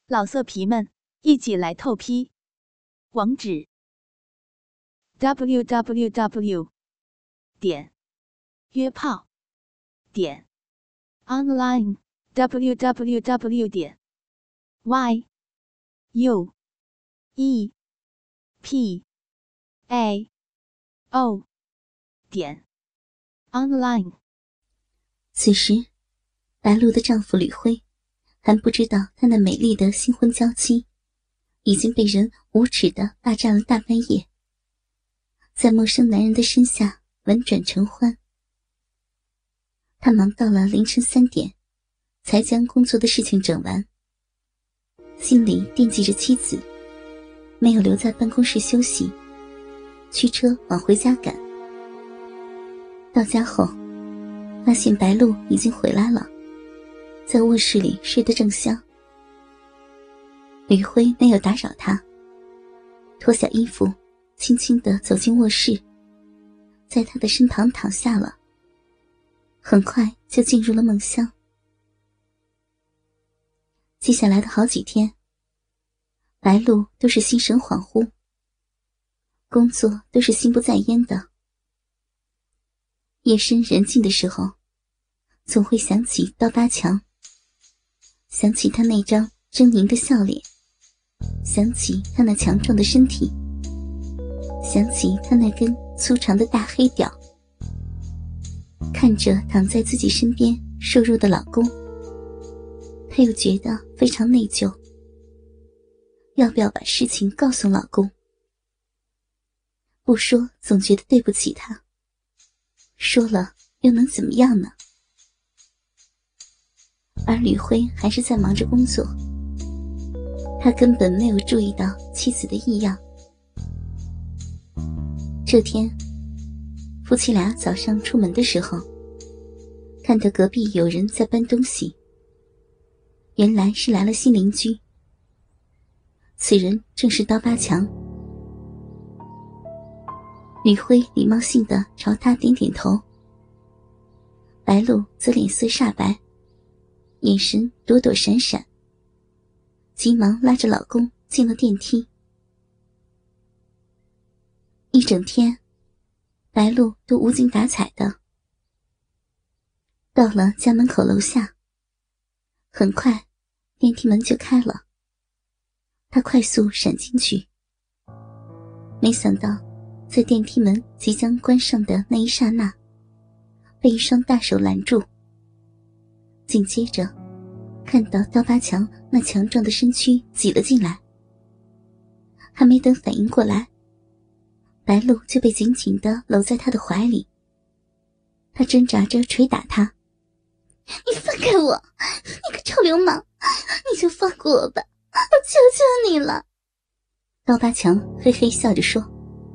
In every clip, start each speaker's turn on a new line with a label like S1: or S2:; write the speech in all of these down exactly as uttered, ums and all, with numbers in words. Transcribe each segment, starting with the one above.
S1: 老色皮们，一起来透批！网址 ：double u double u double u 点约炮点 online double u double u double u 点 y u e p a o 点 online。
S2: 此时，白露的丈夫吕辉还不知道他那美丽的新婚娇妻已经被人无耻地霸占了大半夜，在陌生男人的身下婉转承欢。他忙到了凌晨三点，才将工作的事情整完，心里惦记着妻子，没有留在办公室休息，驱车往回家赶。到家后，发现白露已经回来了，在卧室里睡得正香。吕辉没有打扰他，脱下衣服，轻轻地走进卧室，在他的身旁躺下了，很快就进入了梦乡。接下来的好几天，白露都是心神恍惚，工作都是心不在焉的。夜深人静的时候，总会想起刀疤强，想起他那张狰狞的笑脸，想起他那强壮的身体，想起他那根粗长的大黑屌。看着躺在自己身边瘦弱的老公，他又觉得非常内疚，要不要把事情告诉老公？不说总觉得对不起他，说了又能怎么样呢？而吕辉还是在忙着工作，他根本没有注意到妻子的异样。这天，夫妻俩早上出门的时候，看到隔壁有人在搬东西，原来是来了新邻居。此人正是刀疤强。吕辉礼貌性地朝他点点头，白露则脸色煞白，眼神躲躲闪闪，急忙拉着老公进了电梯。一整天，白露都无精打采的。到了家门口楼下，很快电梯门就开了，他快速闪进去。没想到在电梯门即将关上的那一刹那，被一双大手拦住。紧接着看到刀疤强那强壮的身躯挤了进来，还没等反应过来，白露就被紧紧地搂在他的怀里。他挣扎着捶打他：你放开我，你个臭流氓，你就放过我吧，我求求你了。刀疤强嘿嘿笑着说：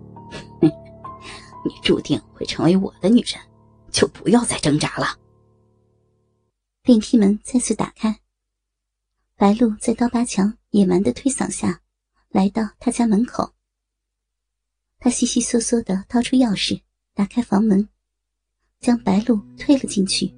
S3: 你注定会成为我的女人，就不要再挣扎了。
S2: 电梯门再次打开，白露在刀疤强野蛮的推搡下来到他家门口。他悉悉嗦嗦地掏出钥匙，打开房门，将白露推了进去。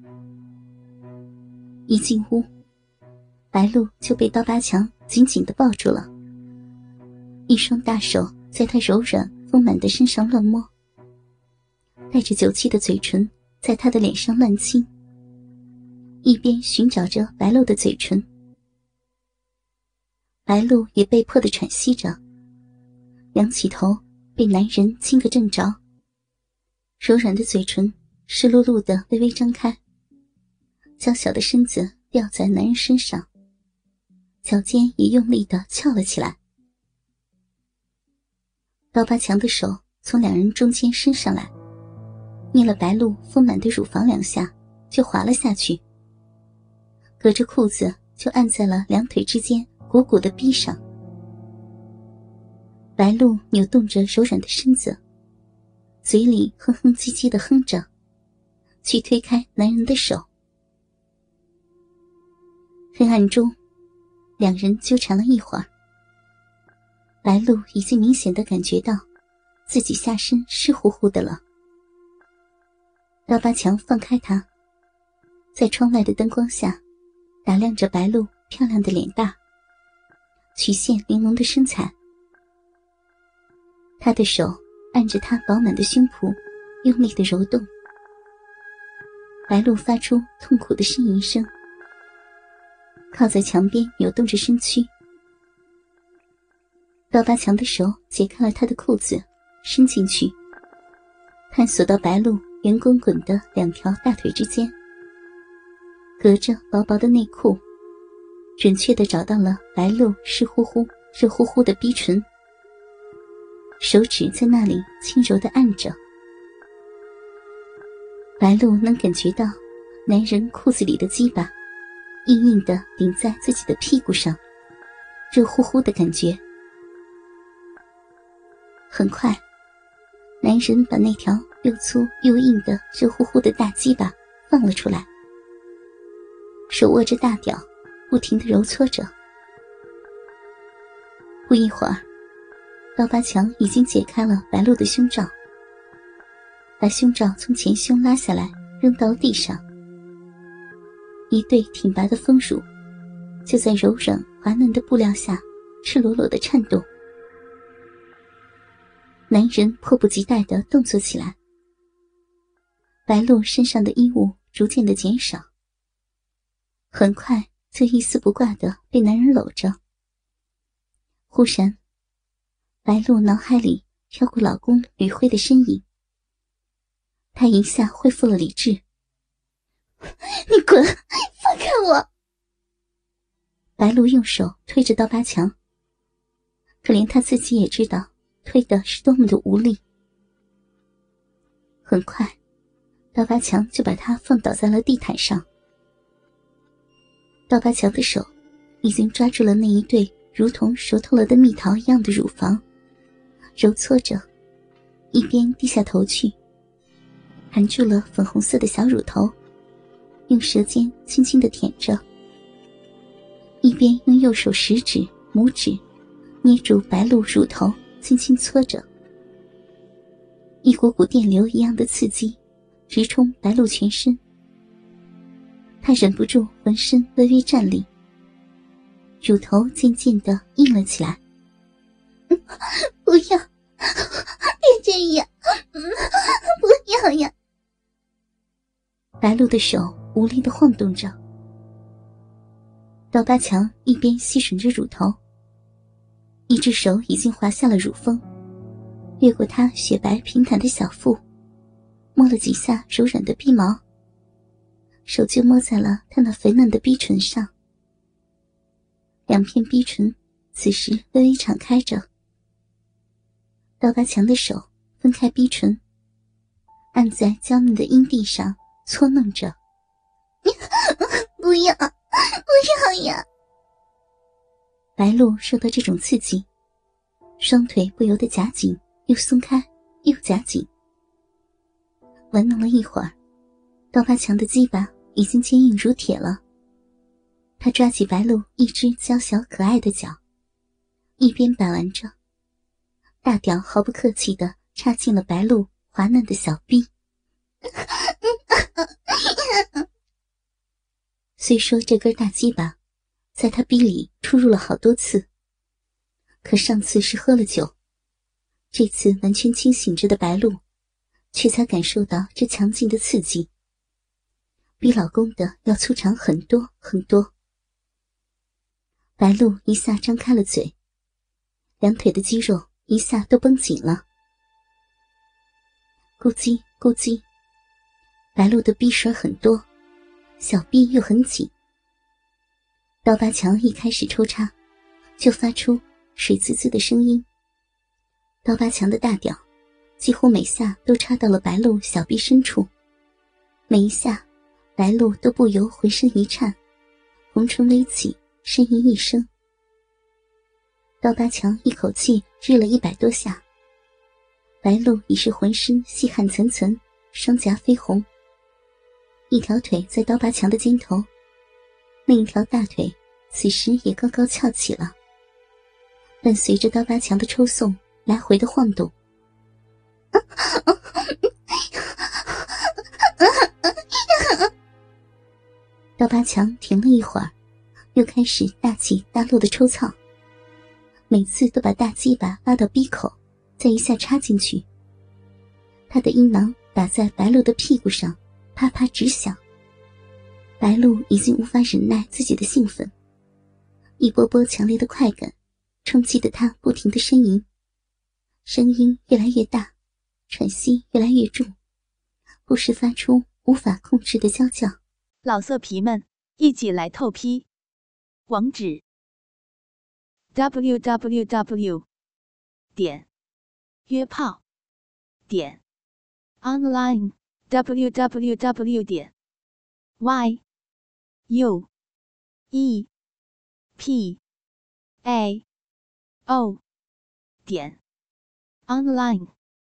S2: 一进屋，白露就被刀疤强紧紧地抱住了，一双大手在他柔软丰满的身上乱摸，带着酒气的嘴唇在他的脸上乱亲，一边寻找着白露的嘴唇。白露也被迫地喘息着，仰起头被男人亲个正着，柔软的嘴唇湿漉漉地微微张开，娇小的身子吊在男人身上，脚尖也用力地翘了起来。刀疤强的手从两人中间伸上来，捏了白露丰满的乳房两下，就滑了下去，隔着裤子就按在了两腿之间鼓鼓的逼上。白露扭动着柔软的身子，嘴里哼哼唧唧地哼着，去推开男人的手。黑暗中，两人纠缠了一会儿，白露已经明显地感觉到自己下身湿乎乎的了。刀疤强放开他，在窗外的灯光下打量着白露漂亮的脸蛋， 曲线玲珑的身材。他的手按着她饱满的胸脯，用力地揉动。白露发出痛苦的呻吟声，靠在墙边扭动着身躯。刀疤强的手解开了她的裤子，伸进去，探索到白露圆滚滚的两条大腿之间，隔着薄薄的内裤，准确地找到了白露湿乎乎、热乎乎的逼唇，手指在那里轻柔地按着。白露能感觉到男人裤子里的鸡巴硬硬地顶在自己的屁股上，热乎乎的感觉。很快，男人把那条又粗又硬的热乎乎的大鸡巴放了出来，手握着大屌，不停地揉搓着。不一会儿，刀疤强已经解开了白露的胸罩，把胸罩从前胸拉下来扔到地上，一对挺拔的丰乳就在柔软滑嫩的布料下赤裸裸地颤动。男人迫不及待地动作起来，白露身上的衣物逐渐的减少，很快就一丝不挂地被男人搂着。忽然，白露脑海里飘过老公吕辉的身影，她一下恢复了理智。你滚，放开我！白露用手推着刀疤强，可连她自己也知道推的是多么的无力。很快，刀疤强就把她放倒在了地毯上。刀疤强的手已经抓住了那一对如同熟透了的蜜桃一样的乳房，揉搓着，一边低下头去，含住了粉红色的小乳头，用舌尖轻轻地舔着，一边用右手食指、拇指捏住白露乳头，轻轻搓着。一股股电流一样的刺激直冲白露全身，她忍不住浑身微微颤栗，乳头渐渐地硬了起来。不要，别这样，不要呀！白露的手无力地晃动着，刀疤强一边吸吮着乳头，一只手已经滑下了乳峰，越过她雪白平坦的小腹，摸了几下柔软的逼毛，手就摸在了她那肥嫩的逼唇上。两片逼唇此时微微敞开着，刀疤强的手分开逼唇，按在娇嫩的阴蒂上搓弄着。不要，不要呀！白露受到这种刺激，双腿不由得夹紧，又松开，又夹紧。玩弄了一会儿，刀疤强的鸡巴已经坚硬如铁了。他抓起白露一只娇小可爱的脚，一边把玩着，大屌毫不客气地插进了白露滑嫩的小臂。虽说这根大鸡巴在他逼里出入了好多次，可上次是喝了酒，这次完全清醒着的白露却才感受到这强劲的刺激，比老公的要粗长很多很多。白露一下张开了嘴，两腿的肌肉一下都绷紧了。咕叽咕叽，白露的逼水很多，小臂又很紧。刀疤强一开始抽插就发出水滋滋的声音，刀疤强的大屌几乎每下都插到了白露小臂深处，每一下白露都不由浑身一颤，红唇微起，呻吟一声。刀疤强一口气日了一百多下，白露已是浑身细汗涔涔，双颊绯红，一条腿在刀疤强的肩头，另一条大腿此时也高高翘起了，伴随着刀疤强的抽送来回的晃动。刀疤强停了一会儿，又开始大起大落的抽操， 每次都把大鸡巴拉到鼻口，再一下插进去。他的阴囊打在白露的屁股上，啪啪直响。白露已经无法忍耐自己的兴奋，一波波强烈的快感冲击得他不停地呻吟，声音越来越大，喘息越来越重，不时发出无法控制的娇叫。
S1: 老色皮们，一起来透批！网址 ：double u double u double u 点约炮点 online w w w 点 y u e p a o 点 online。